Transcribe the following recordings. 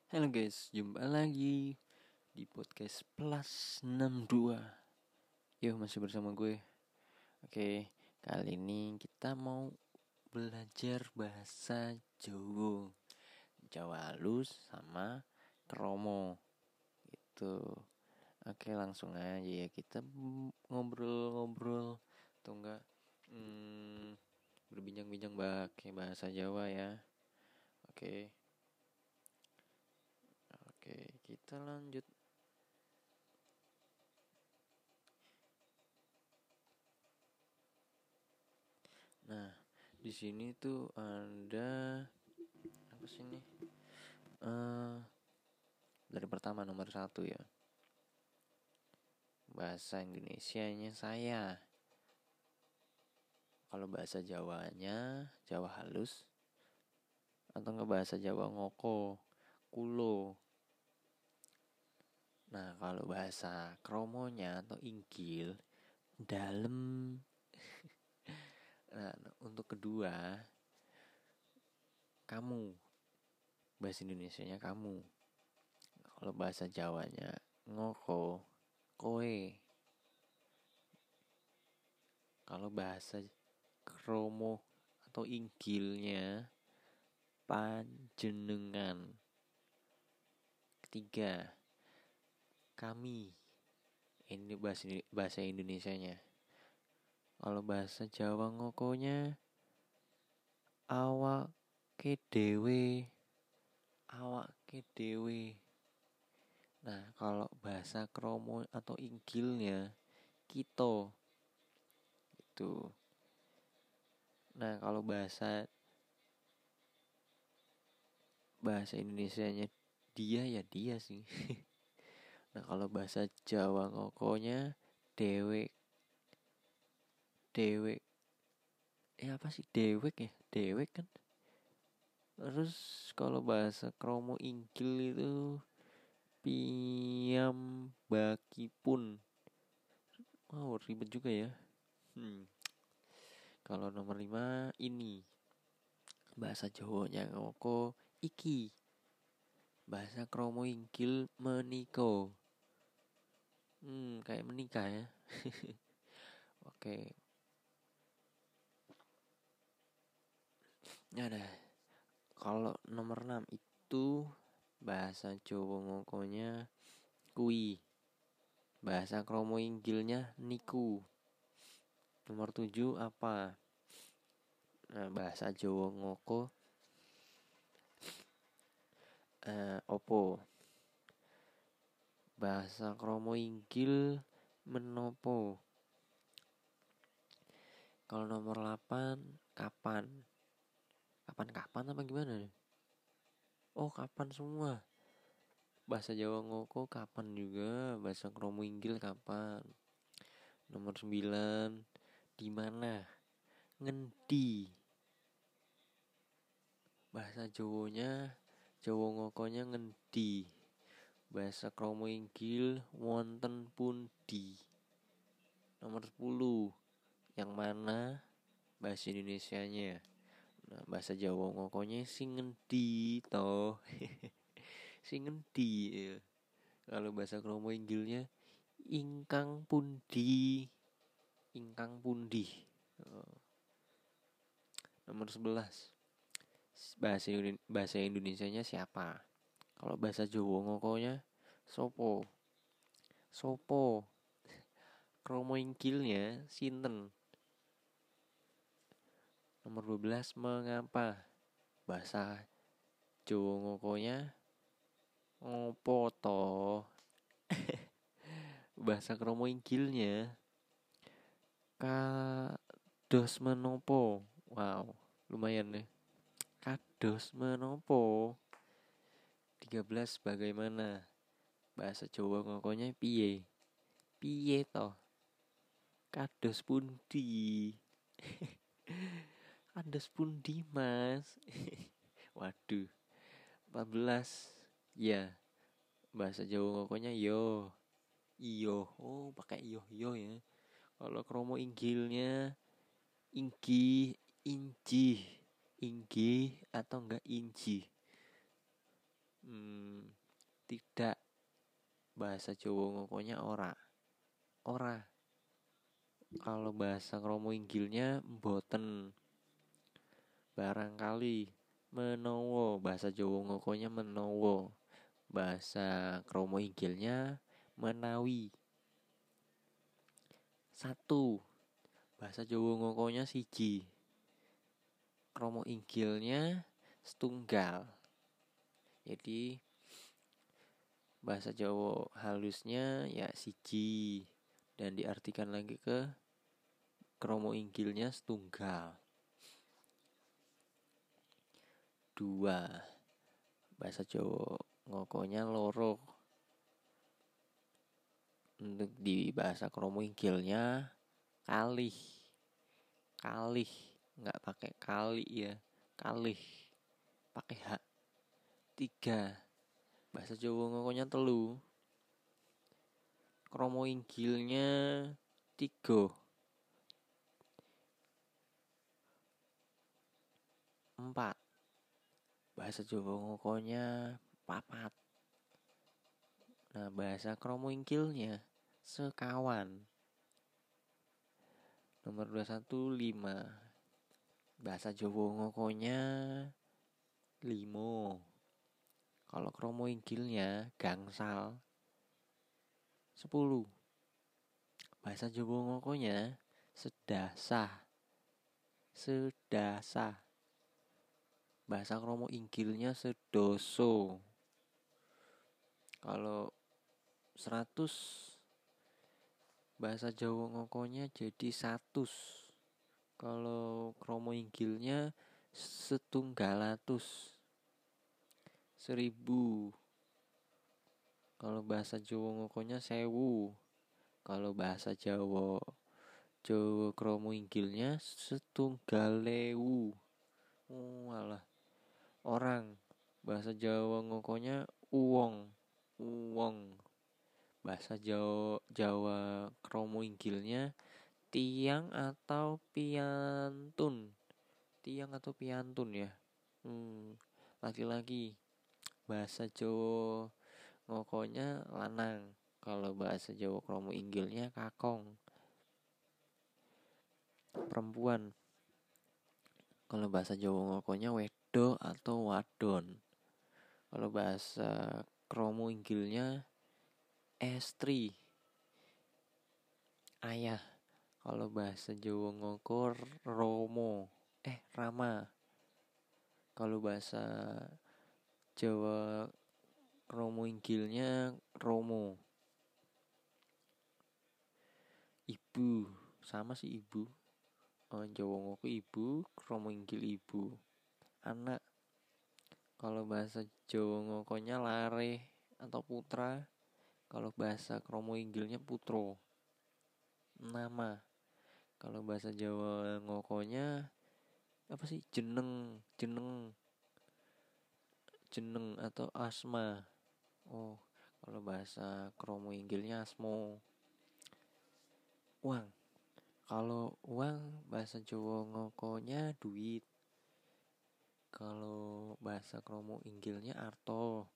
Halo guys, jumpa lagi di podcast Plus 62. Yuk, masih bersama gue. Oke, kali ini kita mau belajar bahasa Jawa. Jawa halus sama kromo. Gitu. Oke, langsung aja ya kita ngobrol-ngobrol atau enggak berbincang-bincang pakai bahasa Jawa ya. Oke. Oke, kita lanjut. Nah, di sini tuh ada apa sih nih? Dari pertama nomor 1 ya. Bahasa Indonesianya saya. Kalau bahasa Jawanya Jawa halus atau enggak bahasa Jawa ngoko, kulo. Nah, kalau bahasa kromonya atau inggil dalem. Nah, untuk kedua kamu. Bahasa Indonesianya kamu. Kalau bahasa Jawanya ngoko, koe. Kalau bahasa kromo atau inggilnya panjenengan. Ketiga, kami. Ini bahasa Indonesianya. Kalau bahasa Jawa ngokonya awake dhewe. Awake dhewe. Nah, kalau bahasa kromo atau inggilnya kita. Itu. Nah, kalau bahasa Indonesianya dia ya dia sih. Nah, kalau bahasa Jawa ngokonya dewek. Dewek. Apa sih dewek ya? Dewek kan. Terus kalau bahasa kromo inggil itu piyambakipun. Wow, ribet juga ya. Kalau nomor 5 ini bahasa Jawanya ngoko iki. Bahasa kromo inggil meniko. Kayak menikah ya. Oke. Ya dah. Kalau nomor 6 itu bahasa Jawa ngokonya kui. Bahasa kromo inggilnya niku. Nomor 7 apa? Nah, bahasa Jawa ngoko opo. Bahasa kromo inggil menopo. Kalau nomor 8 kapan. Kapan apa gimana nih? Oh, kapan semua. Bahasa Jawa ngoko kapan juga. Bahasa kromo inggil kapan. Nomor 9 di mana? Ngendi. Bahasa Jawanya Jawa ngokonya ngendi. Bahasa kromo inggil wonten pundi. Nomor 10 yang mana bahasa Indonesianya. Nah, bahasa Jawa ngokonya sing ngendi toh. Sing ngendi ya. Kalau bahasa kromo inggilnya ingkang pundi. Ingkang pundi. Nomor 11 bahasa Indonesianya siapa. Kalau bahasa Jawa ngokonya sopo. Sopo. Kromo inggilnya sinten. Nomor 12 mengapa. Bahasa Jawa ngokonya ngopo toh. Bahasa kromo inggilnya kados menopo. Wow, lumayan deh. Kados menopo. 13 bagaimana. Bahasa Jawa ngokonya piye. Piye toh. Kados pundi. Kados pundi mas. Waduh. 14 ya. Bahasa Jawa ngokonya yo. Iyo. Oh, pakai iyo ya. Kalau kromo inggilnya inggi, inji, inggi atau enggak inji. bahasa Jawa ngokonya ora. Ora. Kalau bahasa kromo inggilnya mboten. Barangkali menowo, bahasa Jawa ngokonya menowo. Bahasa kromo inggilnya menawi. 1. Bahasa Jawa ngokonya siji. Kromo inggilnya setunggal. Jadi bahasa Jawa halusnya ya siji, dan diartikan lagi ke kromo inggilnya setunggal. 2. Bahasa Jawa ngokonya loro. Untuk di bahasa kromo inggilnya kalih. Kalih, nggak pakai kali ya. Kalih, pakai h. 3. Bahasa Jawa ngokonya telu. Kromo inggilnya 3. 4. Bahasa Jawa ngokonya 4. Nah, bahasa kromo inggilnya sekawan. Nomor 21 5. Bahasa Jawa ngokonya 5. Kalau kromo inggilnya gangsal 10. Bahasa Jawa ngokonya sedasah. Sedasah. Bahasa kromo inggilnya sedoso. Kalau 100, bahasa Jawa ngokonya jadi 100. Kalau kromo inggilnya setunggalatus. 1000. Kalau bahasa Jawa ngokonya 1000. Kalau bahasa Jawa kromo inggilnya setunggalewu. Walah. Orang. Bahasa Jawa ngokonya uwong. Uwong. Bahasa Jawa kromo inggilnya tiang atau piantun. Tiang atau piantun ya. Laki-laki. Bahasa Jawa ngokonya lanang. Kalau bahasa Jawa kromo inggilnya kakong. Perempuan. Kalau bahasa Jawa ngokonya wedo atau wadon. Kalau bahasa kromo inggilnya estri. Ayah. Kalau bahasa Jawa ngoko romo. Rama. Kalau bahasa Jawa kromo inggilnya romo. Ibu. Sama sih ibu. Jawa ngoko ibu, kromo inggil ibu. Anak. Kalau bahasa Jawa ngokonya lare atau putra. Kalau bahasa kromo inggilnya putro. Nama. Kalau bahasa Jawa ngokonya apa sih? Jeneng atau asma. Kalau bahasa kromo inggilnya asmo. Uang. Kalau uang bahasa Jawa ngokonya duit. Kalau bahasa kromo inggilnya arto.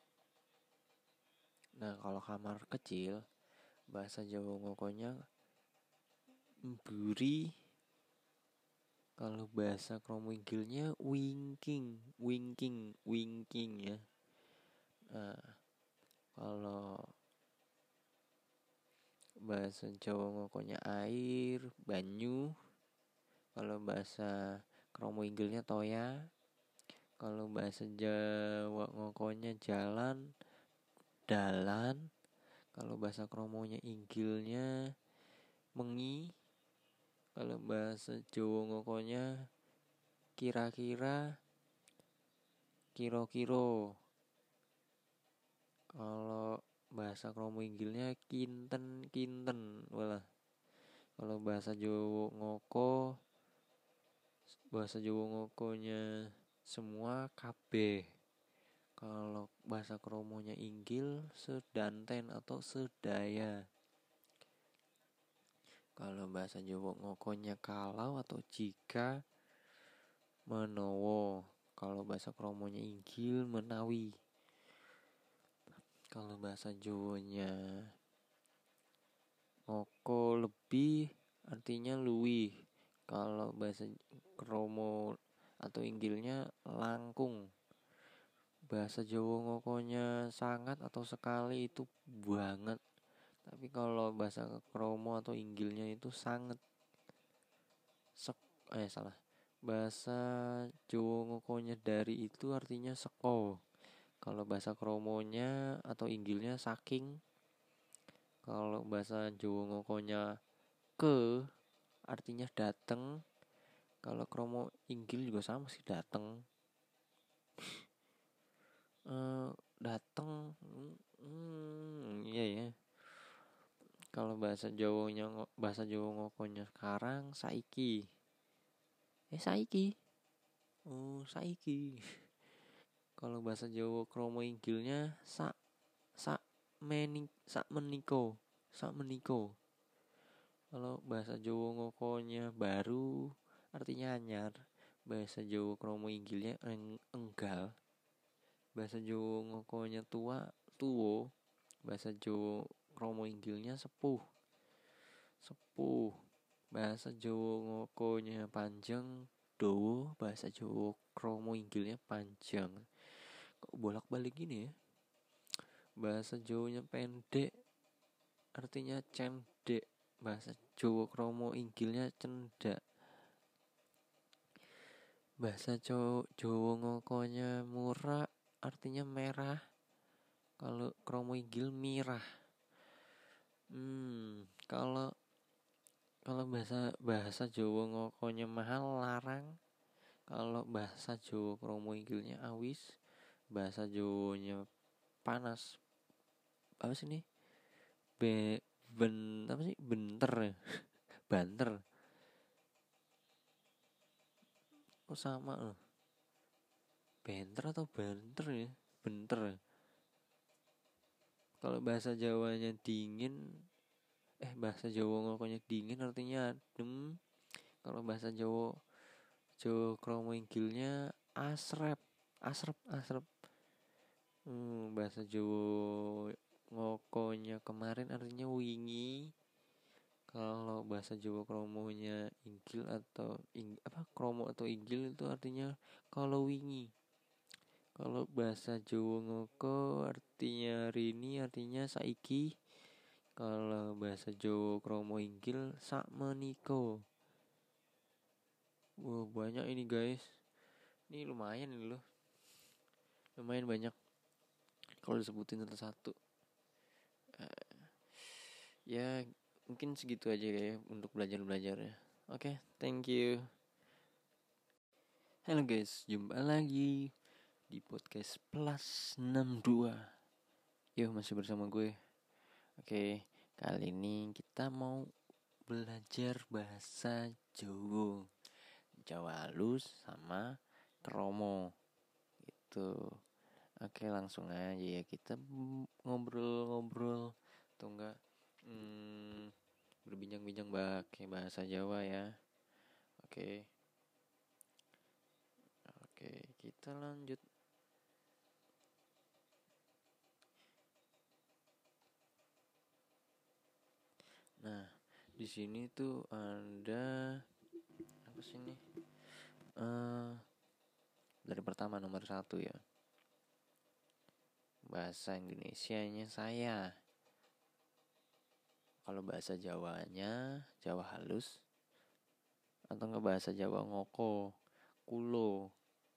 Nah, kalau kamar kecil bahasa Jawa ngokonya mburi. Kalau bahasa kromo inggilnya wingking ya. Nah, kalau bahasa Jawa ngokonya air, banyu. Kalau bahasa kromo inggilnya toya. Kalau bahasa Jawa ngokonya jalan, dalan. Kalau bahasa kromonya inggilnya mengi. Kalau bahasa Jawa ngokonya kira-kira, kiro-kiro. Kalau bahasa kromo inggilnya kinten. Walah. Kalau bahasa Jawa ngokonya semua kabeh. Kalau bahasa kromonya inggil sedanten atau sedaya. Kalau bahasa Jawa ngokonya kalau atau jika, menowo. Kalau bahasa kromonya inggil menawi. Kalau bahasa Jawanya ngoko lebih artinya luwih. Kalau bahasa kromo atau inggilnya langkung. Bahasa Jawa ngokonya sangat atau sekali itu banget. Tapi kalau bahasa kromo atau inggilnya itu sangat. Salah. Bahasa Jawa ngokonya dari itu artinya seko. Kalau bahasa kromonya atau inggilnya saking. Kalau bahasa Jawa ngokonya ke artinya dateng. Kalau kromo inggil juga sama sih dateng. Dateng. Iya ya. Kalau bahasa Jawa ngokonya sekarang saiki. Saiki. Saiki. Kalau bahasa Jawa kromo inggilnya sak meniko. Kalau bahasa Jawa ngokonya baru artinya anyar. Bahasa Jawa kromo inggilnya enggal. Bahasa Jawa ngokonya tuwo. Bahasa Jawa kromo inggilnya sepuh. Bahasa Jawa ngokonya panjang dowo. Bahasa Jawa kromo inggilnya panjang. Kok bolak-balik gini ya? Bahasa Jawanya pendek artinya cendek. Bahasa Jawa kromo inggilnya cendak. Bahasa Jawa ngokonya murah artinya merah. Kalau kromo inggil mirah. Kalau bahasa Jawa ngokonya mahal larang. Kalau bahasa Jawa kromo inggilnya awis. Bahasa Jawanya panas. Apa sih ini? Apa sih? Benter ya? Banter. Sama loh. Benter atau banter ya? Benter ya? Kalau bahasa Jawanya dingin, bahasa Jawa ngokonya dingin artinya adem. Kalau bahasa Jawa kromo inggilnya asrep. Bahasa Jawa ngokonya kemarin artinya wingi. Kalau bahasa Jawa kromonya inggil atau kromo atau inggil itu artinya kalau wingi. Kalau bahasa Jawa ngoko artinya rini artinya saiki. Kalau bahasa Jawa kromo inggil sak meniko. Wah, banyak ini guys. Ini lumayan ini loh. Lumayan banyak. Kalau disebutin satu-satu. Ya mungkin segitu aja ya untuk belajar-belajarnya. Oke, thank you. Halo guys, jumpa lagi di podcast Plus 62. Yuk, masih bersama gue. Oke, kali ini kita mau belajar bahasa Jawa. Jawa halus sama kromo. Gitu. Oke, langsung aja ya kita ngobrol-ngobrol atau enggak berbincang-bincang pakai bahasa Jawa ya. Oke, kita lanjut. Nah, di sini tuh ada apa sih nih? Dari pertama nomor 1 ya. Bahasa Indonesianya saya. Kalau bahasa Jawanya Jawa halus atau enggak bahasa Jawa ngoko, kulo.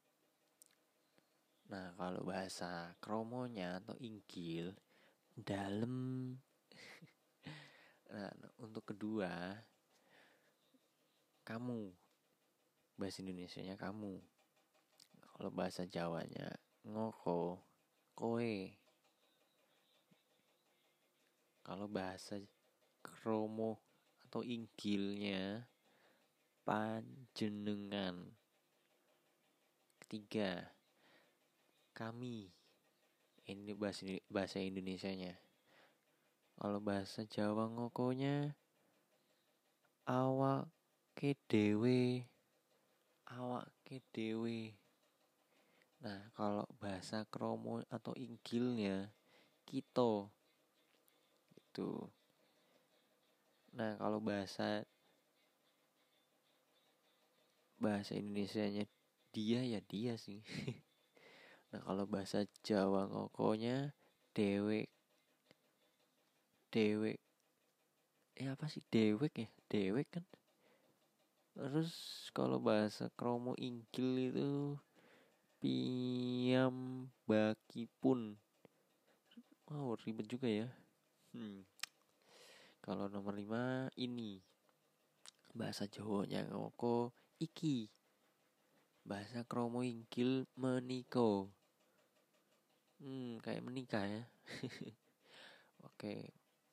Nah, kalau bahasa kromonya atau inggil dalam. Nah, untuk kedua kamu. Bahasa Indonesianya kamu. Kalau bahasa Jawanya ngoko, kowe. Kalau bahasa kromo atau inggilnya panjenengan. Ketiga, kami. Ini bahasa Indonesianya. Kalau bahasa Jawa ngokonya awake dhewe. Nah, kalau bahasa kromo atau inggilnya kita itu. Nah kalau bahasa Indonesianya dia ya dia sih. Nah kalau bahasa Jawa ngokonya dewek. Apa sih dewek ya? Dewek kan. Terus kalau bahasa Kromo Inggil itu piam bakipun. Wow ribet juga ya. Kalau nomor 5 ini bahasa Jawanya ngoko iki. Bahasa Kromo Inggil meniko. Kayak menikah ya. Oke.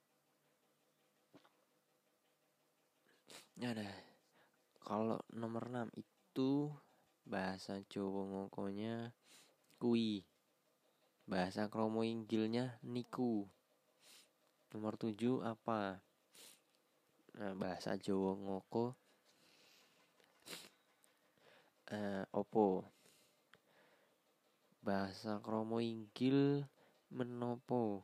Ya dah. Kalau nomor 6 itu bahasa Jawa ngokonya kui. Bahasa Kromo Inggilnya niku. Nomor 7 apa? Nah, bahasa Jawa ngoko opo. Bahasa Kromo Inggil menopo.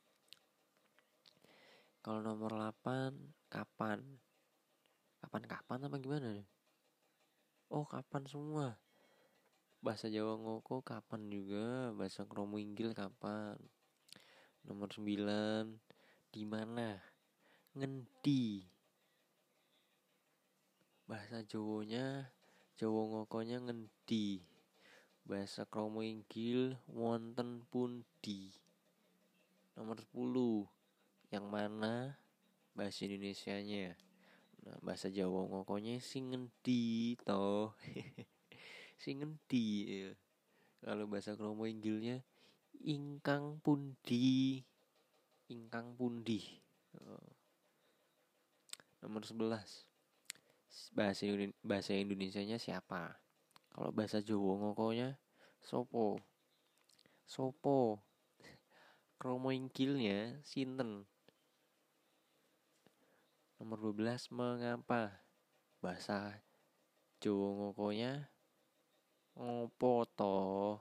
Kalau nomor 8 kapan? Kapan apa gimana? Oh, kapan semua. Bahasa Jawa ngoko kapan juga, bahasa Kromo Inggil kapan. Nomor 9 di mana? Ngendi. Bahasa Jawanya Jawa ngokonya ngendi. Bahasa Kromo Inggil wonten pundi. Nomor 10 yang mana bahasa Indonesianya. Nah, bahasa Jawa ngokonya sing ngendi toh. Sing ngendi ya. Kalau bahasa Kromo Inggilnya ingkang pundi. Nomor 11 bahasa Indonesianya siapa. Kalau bahasa Jawa ngokonya sopo. Kromo Inggilnya sinten. Nomor 12 mengapa. Bahasa Jawa ngokonya ngopo toh.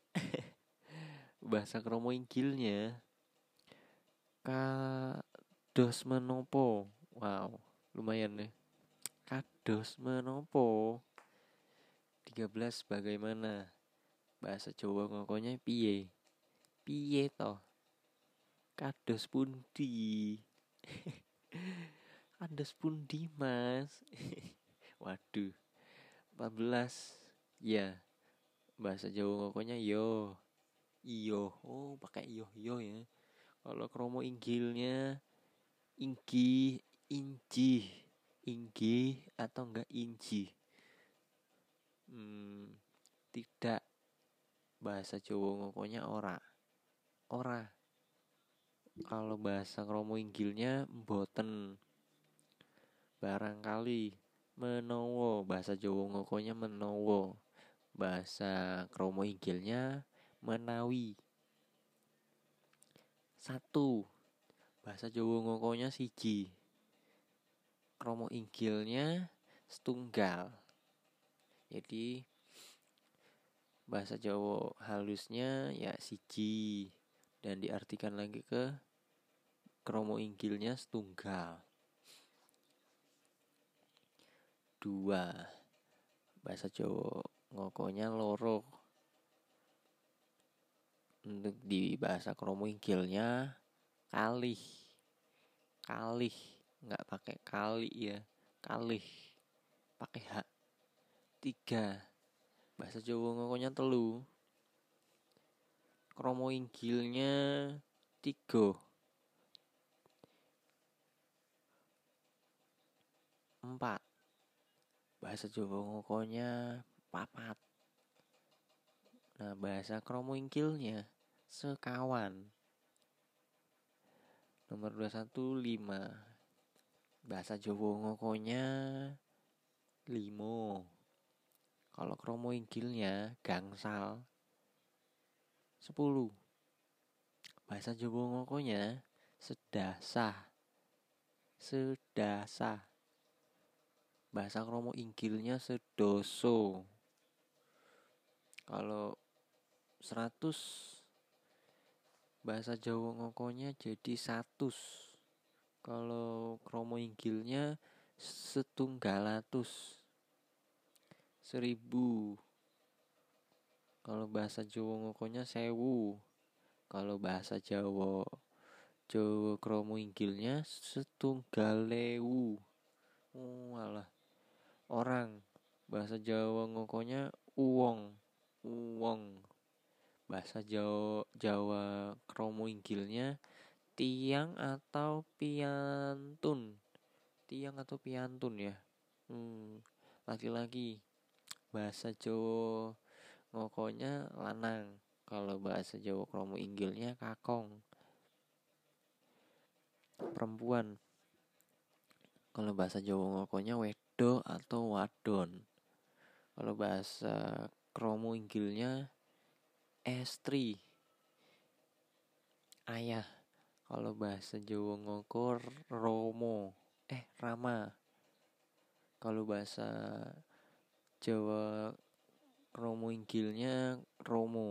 Bahasa Kromo Inggilnya kados menopo. Wow, lumayan nih. Kados menopo. 13 bagaimana. Bahasa Jawa ngokonya piye. Piye toh. Kados pundi. Kados pundi mas. Waduh. 14 ya. Bahasa Jawa ngokonya yo. Iyo. Oh pakai yo ya. Kalau Kromo Inggilnya inggi, inji, inggi atau enggak inji. Tidak. Bahasa Jawa ngokonya ora. Kalau bahasa Kromo Inggilnya mboten. Barangkali. Menowo. Bahasa Jawa ngokonya menowo. Bahasa Kromo Inggilnya menawi. 1. Bahasa Jawa ngokonya siji. Kromo Inggilnya setunggal. Jadi bahasa Jawa halusnya ya siji. Dan diartikan lagi ke Kromo Inggilnya setunggal. 2. Bahasa Jawa ngokonya loro. Untuk di bahasa Kromo Inggilnya kalih. Nggak pakai kali ya. Kalih. Pakai H. 3. Bahasa Jawa ngokonya telu. Kromo Inggilnya 3. 4. Bahasa Jawa ngokonya 4. Nah, bahasa Kromo Inggilnya sekawan. Nomor 21 5. Bahasa Jawa ngokonya 5. Kalau Kromo Inggilnya gangsal 10. Bahasa Jawa ngokonya sedasah. Bahasa Kromo Inggilnya sedoso. Kalau 100 bahasa Jawa ngokonya jadi 100. Kalau kromo inggilnya 1.000, 1000. Kalau bahasa Jawa ngokonya 1000. Kalau bahasa Jawa kromo inggilnya 1.000. Walah, orang. Bahasa Jawa ngokonya uwong. Uwong. Bahasa Jawa kromo inggilnya tiang atau piantun. Tiang atau piantun ya. Laki-laki. Bahasa Jawa ngokonya lanang. Kalau bahasa Jawa kromo inggilnya kakong. Perempuan. Kalau bahasa Jawa ngokonya wedo atau wadon. Kalau bahasa kromo inggilnya estri, ayah. Kalau bahasa Jawa ngoko rama. Kalau bahasa Jawa kromo inggilnya romo.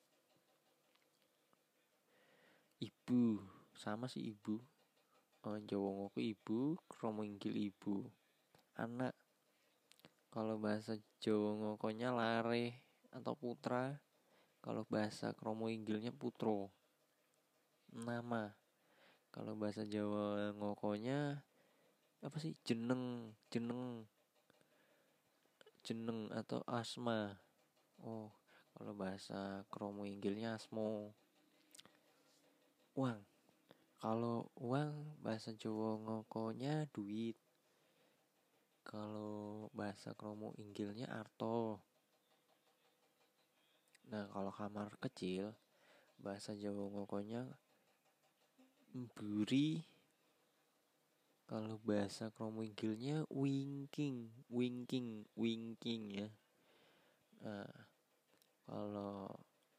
Ibu, sama sih ibu. Jawa ngoko ibu, kromo inggil ibu. Anak. Kalau bahasa Jawa ngokonya lare atau putra. Kalau bahasa kromo inggilnya putro. Nama. Kalau bahasa Jawa ngokonya apa sih? Jeneng atau asma. Kalau bahasa kromo inggilnya asmo. Uang. Kalau uang bahasa Jawa ngokonya duit. Kalau bahasa kromo inggilnya arto. Nah, kalau kamar kecil bahasa Jawa ngokonya mburi. Kalau bahasa kromo inggilnya winking ya. Nah, kalau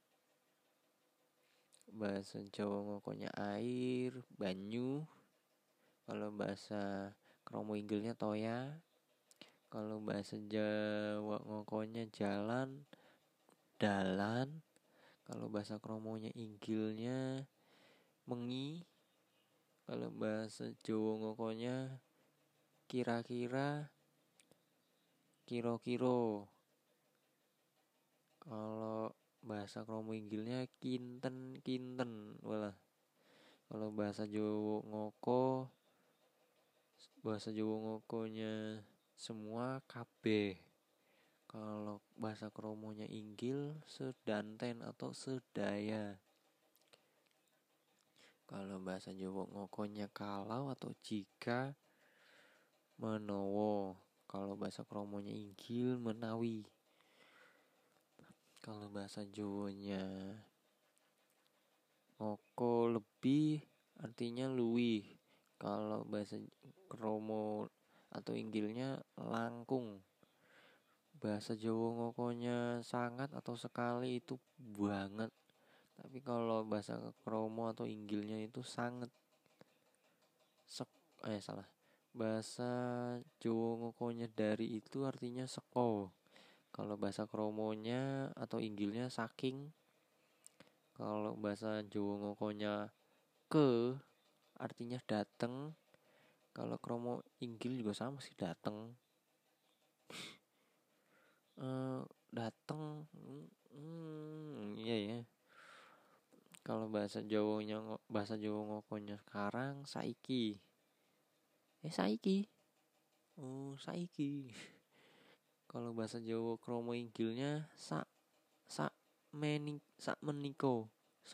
bahasa Jawa ngokonya air, banyu. Kalau bahasa kromo inggilnya toya. Kalau bahasa Jawa ngokonya jalan, dalan. Kalau bahasa kromonya inggilnya mengi. Kalau bahasa Jawa ngokonya kira-kira, kiro-kiro. Kalau bahasa kromo inggilnya kinten. Walah. Kalau bahasa Jawa ngokonya semua kabeh. Kalau bahasa kromonya inggil sedanten atau sedaya. Kalau bahasa Jawa ngokonya kalau atau jika, menowo. Kalau bahasa kromonya inggil menawi. Kalau bahasa Jawanya ngoko lebih artinya luwih. Kalau bahasa kromo atau inggilnya langkung. Bahasa Jawa ngokonya sangat atau sekali itu banget. Tapi kalau bahasa kromo atau inggilnya itu sangat. Salah. Bahasa Jawa ngokonya dari itu artinya seko. Kalau bahasa kromonya atau inggilnya saking. Kalau bahasa Jawa ngokonya ke artinya dateng. Kalau kromo inggil juga sama sih, dateng. Dateng. Iya ya. Kalau bahasa Jawa ngokonya sekarang saiki. Saiki. Saiki. Kalau bahasa Jawa kromo inggilnya sak meniko.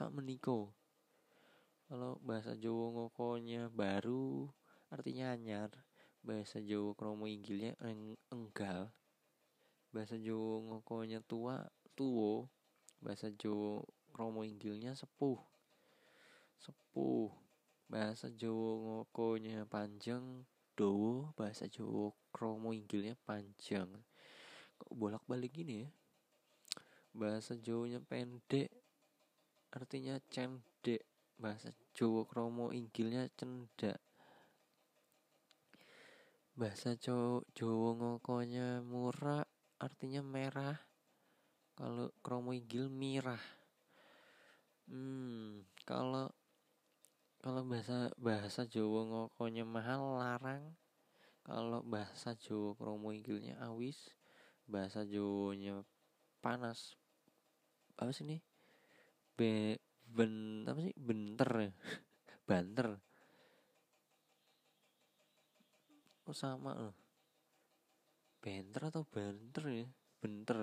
Kalau bahasa Jawa ngokonya baru artinya anyar. Bahasa Jawa kromo inggilnya enggal. Bahasa Jawa ngokonya tuwo. Bahasa Jawa kromo inggilnya sepuh. Bahasa Jawa ngokonya panjang, dowo. Bahasa Jawa kromo inggilnya panjang. Kok bolak-balik gini ya? Bahasa Jawanya pendek artinya cendek. Bahasa Jawa kromo inggilnya cendak. Bahasa Jawa ngokonya murah artinya merah. Kalau kromo inggil mirah. Kalau kalau bahasa Jawa ngokonya mahal larang. Kalau bahasa Jawa kromo inggilnya awis. Bahasa Jawanya panas. Apa sih nih? Apa sih? Benter ya? Banter. Oh sama loh. Benter atau banter ya? Benter.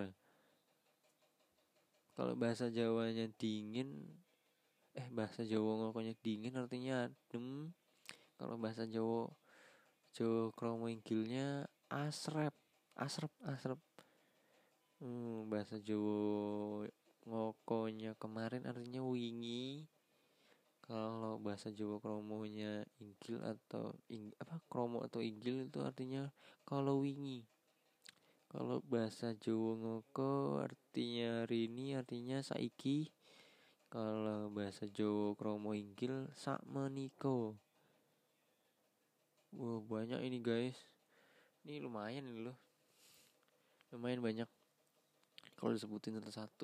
Kalau bahasa Jawanya dingin, bahasa Jawa ngokonya dingin artinya adem. Kalau bahasa Jawa kromo inggilnya asrep. Asrep. Bahasa Jawa ngokonya kemarin artinya wingi. Kalau bahasa Jawa kromonya inggil atau kromo atau inggil itu artinya kalau wingi. Kalau bahasa Jawa ngoko artinya hari ini artinya saiki. Kalau bahasa Jawa kromo inggil sakmeniko. Wah, banyak ini guys. Ini lumayan ini loh. Lumayan banyak kalau disebutin satu-satu.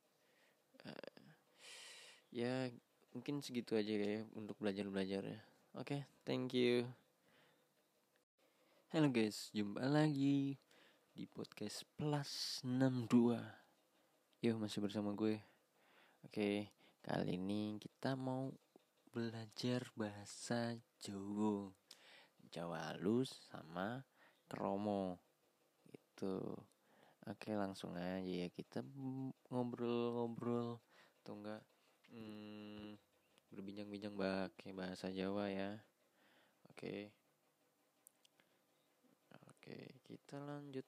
Ya mungkin segitu aja ya untuk belajarnya. Oke, thank you. Halo guys, jumpa lagi di podcast Plus 62. Yo, masih bersama gue. Oke, kali ini kita mau belajar bahasa Jawa halus sama kromo gitu. Oke, langsung aja ya kita ngobrol-ngobrol atau enggak berbincang-bincang pakai bahasa Jawa ya. Oke, kita lanjut.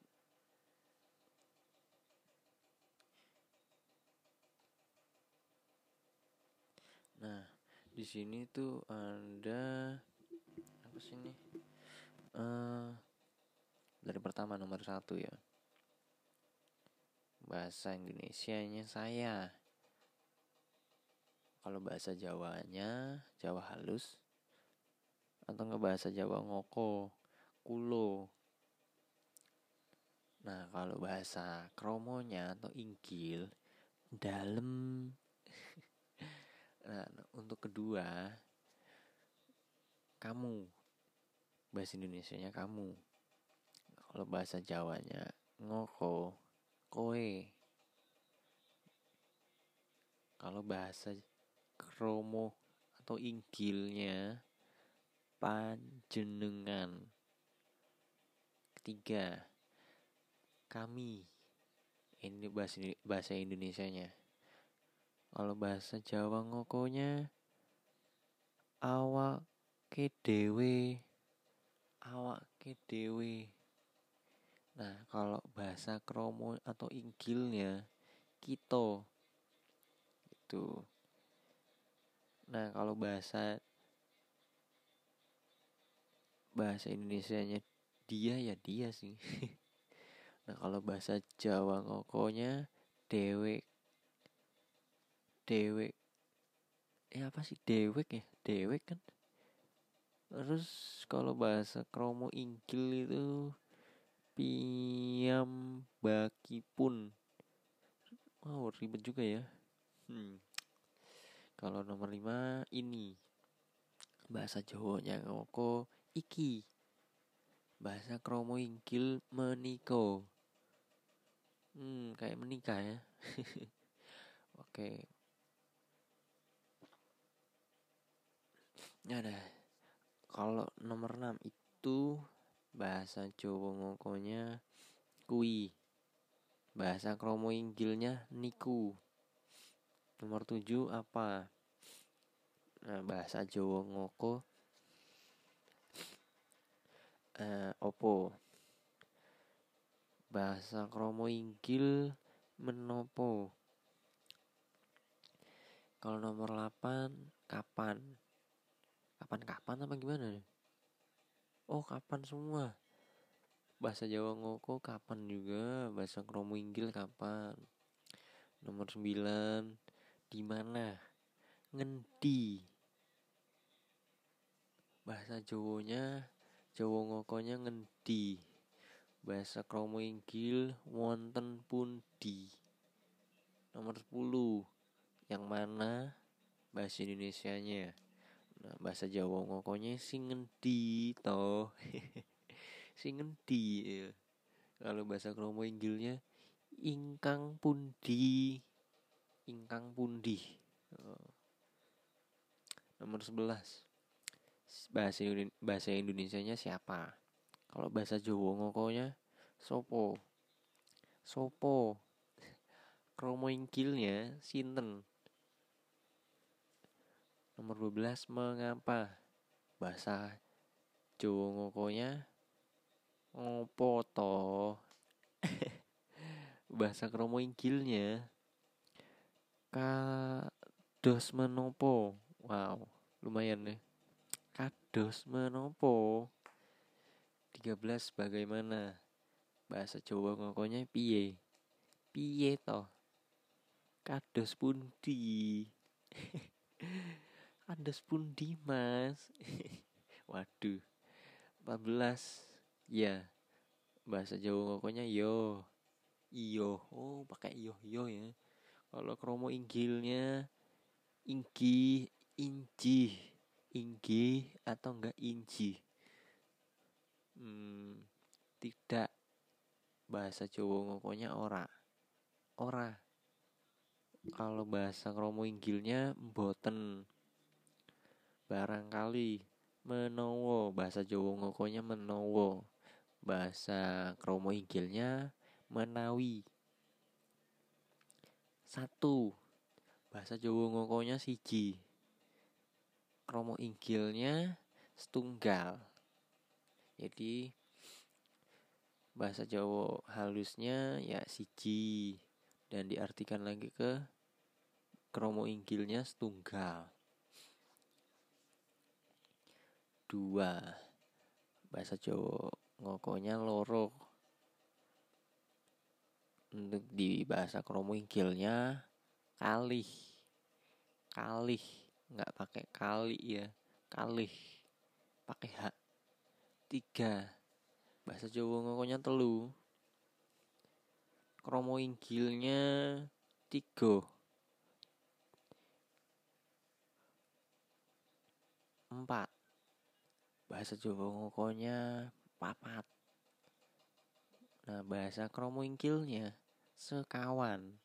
Nah, di sini tuh ada apa sih nih? Dari pertama nomor 1 ya. Bahasa Indonesianya saya. Kalau bahasa Jawanya Jawa halus atau enggak bahasa Jawa ngoko, kulo. Nah, kalau bahasa kromonya atau inggil dalem. Nah, untuk kedua kamu. Bahasa Indonesianya kamu. Kalau bahasa Jawanya ngoko, koe. Kalau bahasa kromo atau inggilnya panjenengan. Ketiga, kami. Ini bahasa Indonesianya. Kalau bahasa Jawa ngokonya awake dhewe. Nah, kalau bahasa kromo atau inggilnya kita. Itu. Nah, kalau bahasa Indonesianya dia ya dia sih. Nah, kalau bahasa Jawa ngokonya dewek. Apa sih dewek ya? Dewek kan. Terus kalau bahasa kromo inggil itu piyambakipun. Wow, ribet juga ya. Kalau nomor 5 ini bahasa Jawanya ngoko iki. Bahasa kromo inggil meniko. Kayak menikah ya. Oke. Ya dah. Kalau nomor 6 itu bahasa Jawa ngokonya kui. Bahasa kromo inggilnya niku. Nomor 7 apa? Nah, bahasa Jawa ngoko opo. Bahasa kromo inggil menopo. Kalau nomor 8 kapan? Kapan apa gimana nih? Oh, kapan semua. Bahasa Jawa ngoko kapan juga. Bahasa kromo inggil kapan. Nomor 9 di mana? Ngendi. Bahasa Jawanya Jawa ngokonya ngendi. Bahasa kromo inggil wonten pundi. Nomor 10 yang mana? bahasa Indonesianya. Nah, bahasa Jawa ngokonya sing ngendi toh. Sing ngendi ya. Kalau bahasa kromo inggilnya ingkang pundi. Ingkang pundi. Oh. Nomor 11. Bahasa Indonesianya siapa? Kalau bahasa Jawa ngokonya sopo. Sopo. Kromo inggilnya sinten. Nomor 12, mengapa? Bahasa Jawa ngokonya ngopo toh. Bahasa kromo inggilnya kados menopo. Wow, lumayan nih. Kados menopo. 13, bagaimana? Bahasa Jawa ngokonya piye. Piye toh. Kados pundi. Kados pundi mas. Waduh. 14, ya. Bahasa Jawa ngokonya yo. Iyo. Oh, pakai yo ya. Kalau kromo inggilnya inggi, inji, inggi atau enggak inji. Tidak. Bahasa Jawa ngokonya ora. Ora. Kalau bahasa kromo inggilnya mboten. Barangkali. Menowo. Bahasa Jawa ngokonya menowo. Bahasa kromo inggilnya menawi. 1. Bahasa Jawa ngokonya siji. Kromo inggilnya setunggal. Jadi bahasa Jawa halusnya ya siji. Dan diartikan lagi ke kromo inggilnya setunggal. 2. Bahasa Jawa ngokonya loro. Untuk di bahasa kromo inggilnya kalih. Kalih. Nggak pakai kali ya. Kalih. Pakai hak. 3. Bahasa Jawa ngokonya telu. Kromo inggilnya 3. 4. Bahasa Jawa ngokonya 4. Nah, bahasa kromo inggilnya sekawan.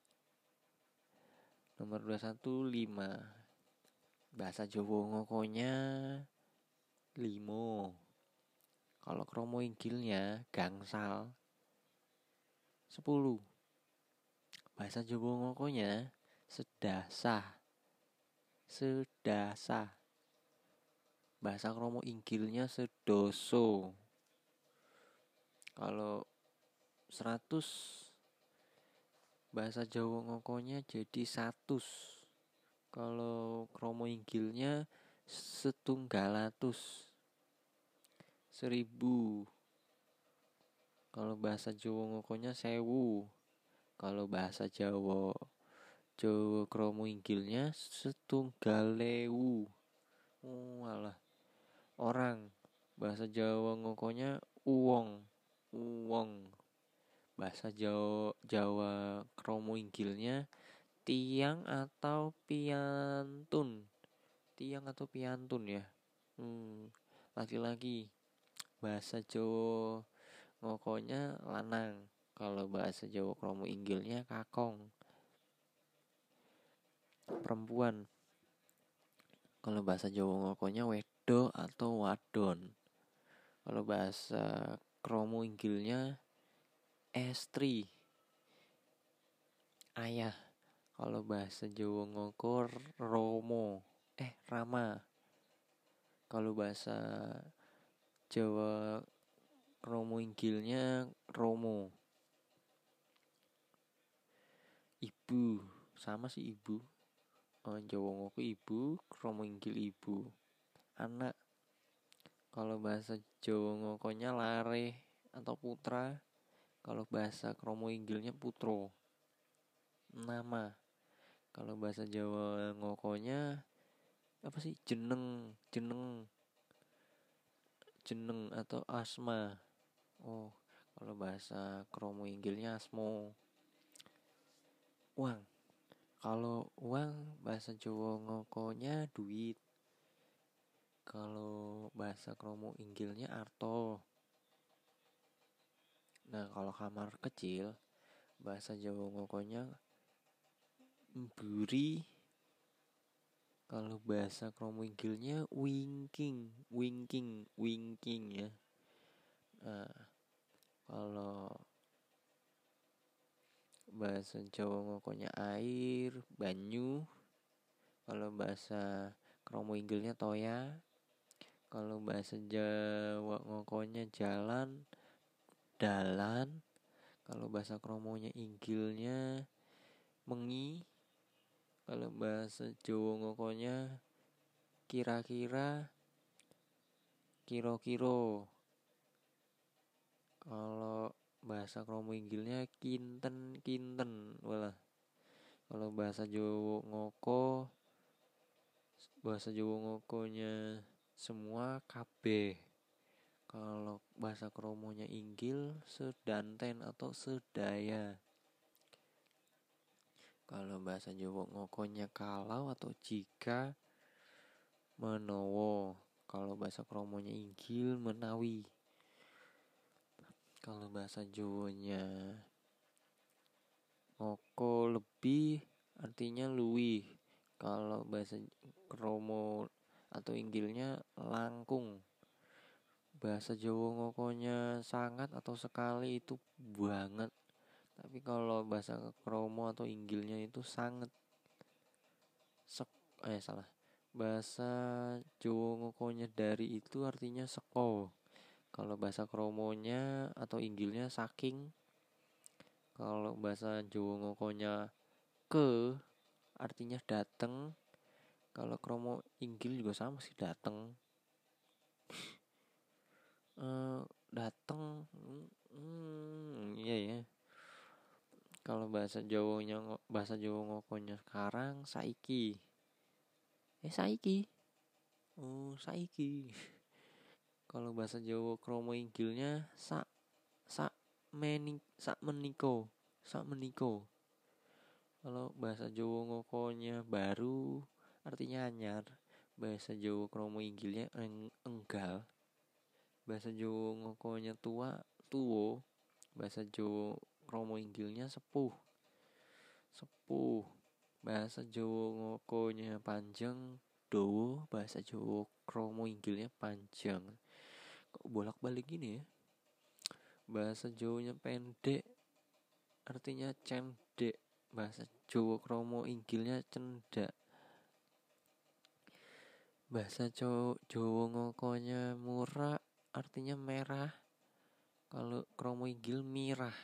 Nomor 21, 5. Bahasa Jawa ngokonya 5. Kalau kromo inggilnya gangsal. 10. Bahasa Jawa ngokonya sedasah. Sedasah. Bahasa kromo inggilnya sedoso. Kalau 100, bahasa Jawa ngokonya jadi 100. Kalau kromo inggilnya setunggalatus. 1000. Kalau bahasa Jawa ngokonya 1000. Kalau bahasa Jawa kromo inggilnya setunggalewu. Oh alah. Orang. Bahasa Jawa ngokonya uwong. Uwong. Bahasa Jawa kromo inggilnya tiang atau piantun. Tiang atau piantun ya. Laki-laki. Bahasa Jawa ngokonya lanang. Kalau bahasa Jawa kromo inggilnya kakong. Perempuan. Kalau bahasa Jawa ngokonya wedo atau wadon. Kalau bahasa kromo inggilnya estri. Ayah. Kalau bahasa Jawa ngoko romo. Rama. Kalau bahasa Jawa kromo inggilnya romo. Ibu. Sama sih ibu. Jawa ngoko ibu, kromo inggil ibu. Anak. Kalau bahasa Jawa ngokonya lare atau putra. Kalau bahasa kromo inggilnya putro. Nama. Kalau bahasa Jawa ngokonya apa sih? Jeneng atau asma. Kalau bahasa kromo inggilnya asmo. Uang. Kalau uang bahasa Jawa ngokonya duit. Kalau bahasa kromo inggilnya arto. Nah, kalau kamar kecil bahasa Jawa ngokonya mburi. Kalau bahasa kromo inggilnya winking, winking, winking ya. Nah, kalau bahasa Jawa ngokonya air, banyu. Kalau bahasa kromo inggilnya toya. Kalau bahasa Jawa ngokonya jalan, dalan. Kalau bahasa kromonya inggilnya mengi. Kalau bahasa Jawa ngokonya kira-kira, kiro-kiro. Kalau bahasa kromo inggilnya kinten-kinten. Walah. Kalau bahasa Jawa ngoko, bahasa Jawa ngokonya semua kabeh. Kalau bahasa kromonya inggil sedanten atau sedaya. Kalau bahasa Jawa ngokonya kalau atau jika, menowo. Kalau bahasa kromonya inggil menawi. Kalau bahasa Jawanya ngoko lebih artinya luwih. Kalau bahasa kromo atau inggilnya langkung. Bahasa Jawa ngokonya sangat atau sekali itu banget. Tapi kalau bahasa kromo atau inggilnya itu sangat. Salah. Bahasa Jawa ngokonya dari itu artinya seko. Kalau bahasa kromonya atau inggilnya saking. Kalau bahasa Jawa ngokonya ke artinya dateng. Kalau kromo inggil juga sama sih dateng. Dateng. Iya ya. Kalau bahasa Jawa ngokonya sekarang saiki. Saiki. Oh, saiki. Kalau bahasa Jawa kromo inggilnya sak meniko. Kalau bahasa Jawa ngokonya baru artinya anyar. Bahasa Jawa kromo inggilnya enggal. Bahasa Jawa ngokonya tuwo. Bahasa Jawa kromo inggilnya sepuh. Bahasa Jawa ngokonya panjang, dowo. Bahasa Jawa kromo inggilnya panjang. Kok bolak-balik gini ya? Bahasa Jawanya pendek artinya cendek. Bahasa Jawa kromo inggilnya cendak. Bahasa Jawa ngokonya murah artinya merah. Kalau kromo inggil mirah.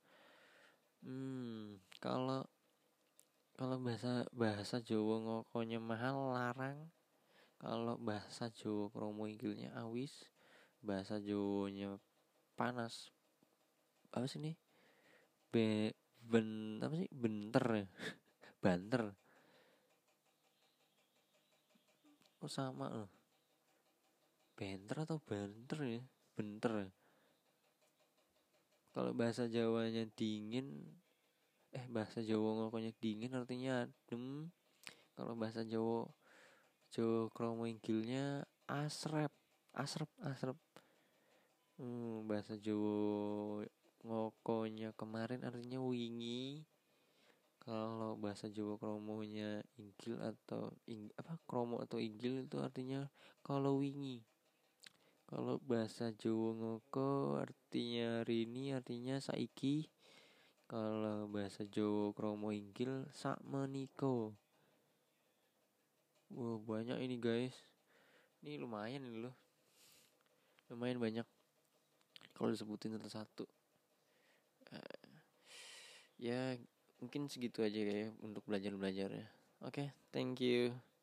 Kalau bahasa Jawa ngokonya mahal larang. Kalau bahasa Jawa kromo inggilnya awis. Bahasa Jawanya panas. Apa sih nih? Apa sih? Benter ya. Banter. Oh sama loh. Benter atau banter ya? Benter ya. Kalau bahasa Jawanya dingin, bahasa Jawa ngokonya dingin artinya adem. Kalau bahasa Jawa kromo inggilnya asrep. Bahasa Jawa ngokonya kemarin artinya wingi. Kalau bahasa Jawa kromonya inggil atau kromo atau inggil itu artinya kalau wingi. Kalau bahasa Jawa ngoko artinya rini artinya saiki. Kalau bahasa Jawa kromo inggil sak meniko. Wow, banyak ini guys. Ini lumayan ini loh. Lumayan banyak kalau disebutin satu-satu. Ya mungkin segitu aja ya untuk belajar ya. Oke, thank you.